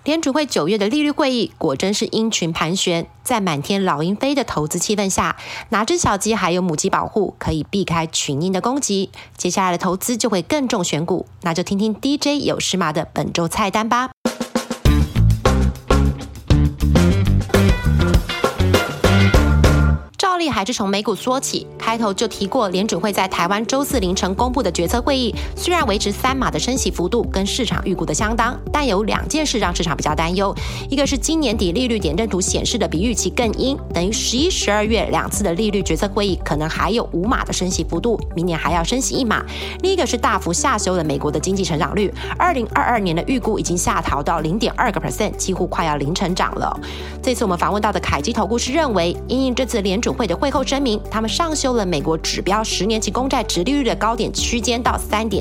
联储会9月的利率会议果真是鹰群盘旋，在满天老鹰飞的投资气氛下，哪只小鸡还有母鸡保护，可以避开群鹰的攻击，接下来的投资就会更重选股。那就听听 DJ 有事吗的本周菜单吧。照例还是从美股说起，开头就提过联准会在台湾周四凌晨公布的决策会议，虽然维持3码的升息幅度跟市场预估的相当，但有2件事让市场比较担忧。一个是今年底利率点阵图显示的比预期更鹰，等于11、12月2次的利率决策会议可能还有5码的升息幅度，明年还要升息1码。另一个是大幅下修了美国的经济成长率，2022年的预估已经下调到 0.2%， 几乎快要零成长了。这次我们访问到的凯基投顾是认为，因应这次联准会的会后声明，他们上修了美国指标10年期公债殖利率的高点区间到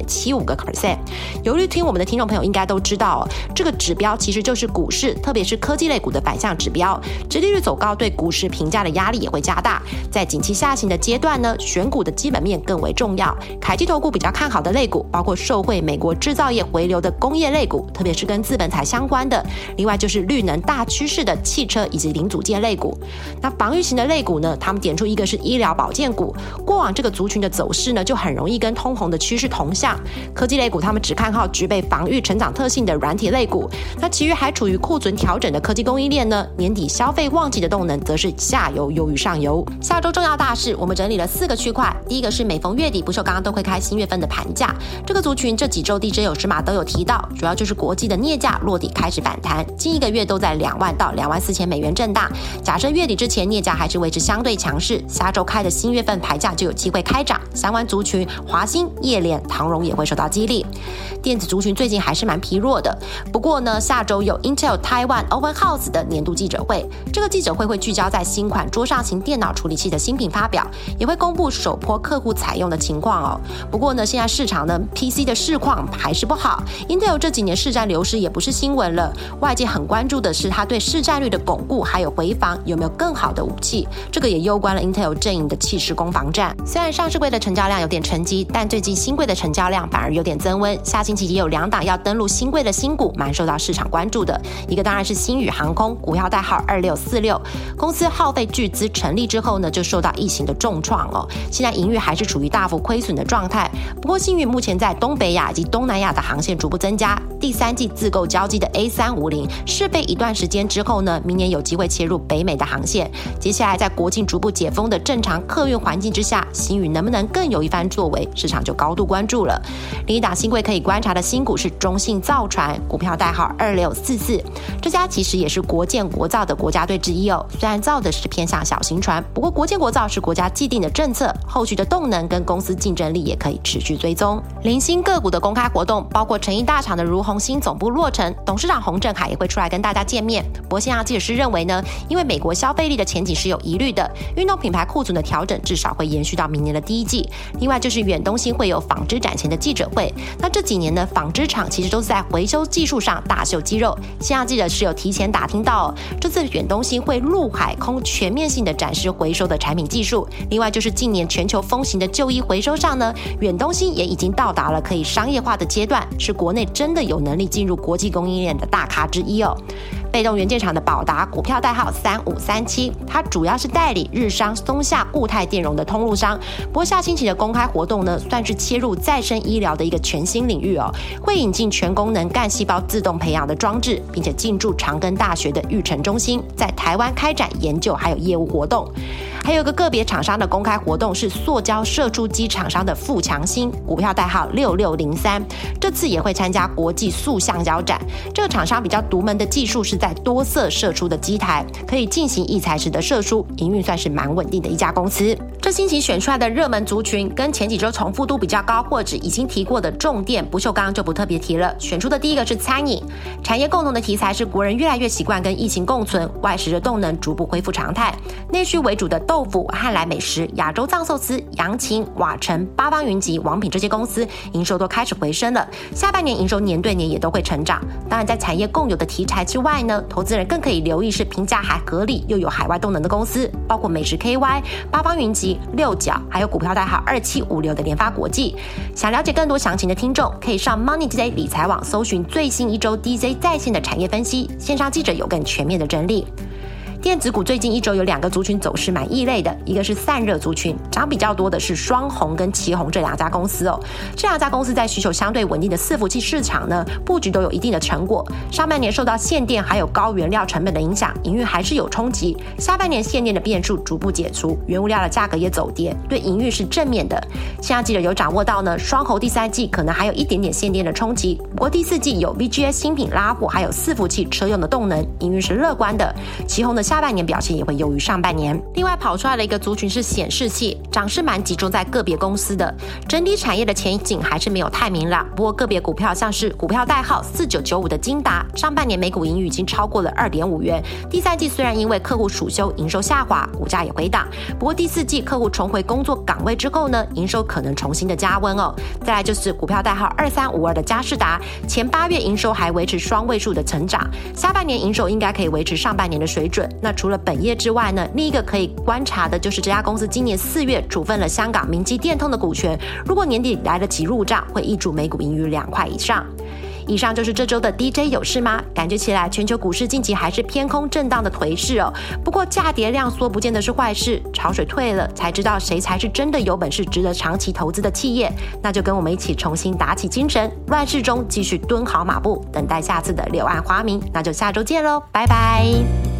3.75%。 有律听我们的听众朋友应该都知道，这个指标其实就是股市，特别是科技类股的反向指标。殖利率走高对股市评价的压力也会加大，在景气下行的阶段呢，选股的基本面更为重要。凯基投顾比较看好的类股包括受惠美国制造业回流的工业类股，特别是跟资本财相关的，另外就是绿能大趋势的汽车以及零组件类股。那防御型的类股呢，他们点出一个是医疗保健股，过往这个族群的走势呢，就很容易跟通膨的趋势同向。科技类股他们只看好具备防御成长特性的软体类股，那其余还处于库存调整的科技供应链呢，年底消费旺季的动能则是下游优于上游。下周重要大事我们整理了4个区块，第一个是每逢月底不锈钢都会开新月份的盘价，这个族群这几周 DJ 有时码都有提到，主要就是国际的镍价落底开始反弹，近1个月都在2万到24000美元震荡。假设月底之前镍价还是维持相对强势，下周开的新月份牌价就有机会开涨，相关族群华兴、业联、唐荣也会受到激励。电子族群最近还是蛮疲弱的，不过呢，下周有 Intel Taiwan Open House 的年度记者会，这个记者会会聚焦在新款桌上型电脑处理器的新品发表，也会公布首波客户采用的情况哦。不过呢，现在市场呢 PC 的市况还是不好， Intel 这几年市占流失也不是新闻了，外界很关注的是它对市占率的巩固还有回防有没有更好的武器，这个也攸关了 Intel 阵营的气势攻防战。虽然上市柜的成交量有点沉积，但最近新柜的成交量反而有点增温，下星期也有2档要登陆新柜的新股蛮受到市场关注的，一个当然是星宇航空，股票代号2646，公司耗费巨资成立之后呢，就受到疫情的重创哦，现在营运还是处于大幅亏损的状态。不过星宇目前在东北亚以及东南亚的航线逐步增加，第3季自购交机的 A350 试飞一段时间之后呢，明年有机会切入北美的航线。接下来在国境逐步解封的正常客运环境之下，星宇能不能更有一番作为，市场就高度关注了。另一档新贵可以观察的新股是中信造船，股票代号2644，这家其实也是国建国造的国家队之一哦。虽然造的是偏向小型船，不过国建国造是国家既定的政策，后续的动能跟公司竞争力也可以持续追踪。零星个股的公开活动包括成衣大厂的如鸿新总部落成，董事长洪正海也会出来跟大家见面。不过现在记者是认为呢，因为美国消费力的前景是有疑虑的，运动品牌库存的调整至少会延续到明年的第1季。另外就是远东新会有纺织展前的记者会，那这几年呢，纺织厂其实都是在回收技术上大秀肌肉，现在记者是有提前打听到这次远东新会陆海空全面性的展示回收的产品技术。另外就是近年全球风行的旧衣回收上呢，远东新也已经到达了可以商业化的阶段，是国内真的有能力进入国际供应链的大咖之一哦。被动元件厂的宝达，股票代号3537，它主要是代理日商松下固态电容的通路商。不过下星期的公开活动呢，算是切入再生医疗的一个全新领域哦，会引进全功能干细胞自动培养的装置，并且进驻长庚大学的育成中心，在台湾开展研究还有业务活动。还有一个个别厂商的公开活动是塑胶射出机厂商的富强新，股票代号6603，这次也会参加国际塑橡胶展。这个厂商比较独门的技术是在多色射出的机台，可以进行异材质的射出，营运算是蛮稳定的一家公司。这星期选出来的热门族群跟前几周重复度比较高，或者已经提过的重电不锈钢就不特别提了。选出的第一个是餐饮产业，共同的题材是国人越来越习惯跟疫情共存，外食的动能逐步恢复常态，内需为主的豆腐、汉来美食、亚洲藏寿司、扬琴、瓦城、八方云集、王品这些公司营收都开始回升了，下半年营收年对年也都会成长。当然在产业共有的题材之外呢，投资人更可以留意是评价还合理又有海外动能的公司，包括美食 KY、八方云集、六角，还有股票代号2756的联发国际。想了解更多详情的听众，可以上 Money DJ 理财网搜寻最新一周 DJ 在线的产业分析，线上记者有更全面的整理。电子股最近一周有2个族群走势蛮异类的，一个是散热族群，涨比较多的是双鸿跟奇宏这2家公司哦。这2家公司在需求相对稳定的伺服器市场呢，布局都有一定的成果。上半年受到限电还有高原料成本的影响，营运还是有冲击。下半年限电的变数逐步解除，原物料的价格也走跌，对营运是正面的。线上记者有掌握到呢，双鸿第3季可能还有一点点限电的冲击，不过第4季有 VGS 新品拉货，还有伺服器车用的动能，营运是乐观的。奇宏的下半年表现也会优于上半年。另外跑出来的一个族群是显示器，涨势蛮集中在个别公司的，整体产业的前景还是没有太明朗。不过个别股票像是股票代号4995的金达，上半年每股盈余已经超过了 2.5 元。第3季虽然因为客户暑休营收下滑，股价也回档，不过第4季客户重回工作岗位之后呢，营收可能重新的加温哦。再来就是股票代号2352的佳世达，前8月营收还维持双位数的成长，下半年营收应该可以维持上半年的水准。那除了本业之外呢，另一个可以观察的就是这家公司今年4月处分了香港明基电通的股权，如果年底来得及入账，会挹注每股盈余2块以上。以上就是这周的 DJ 有事吗？感觉起来全球股市近期还是偏空震荡的颓势哦。不过价跌量缩不见得是坏事，潮水退了才知道谁才是真的有本事值得长期投资的企业。那就跟我们一起重新打起精神，乱世中继续蹲好马步，等待下次的柳暗花明。那就下周见喽，拜拜。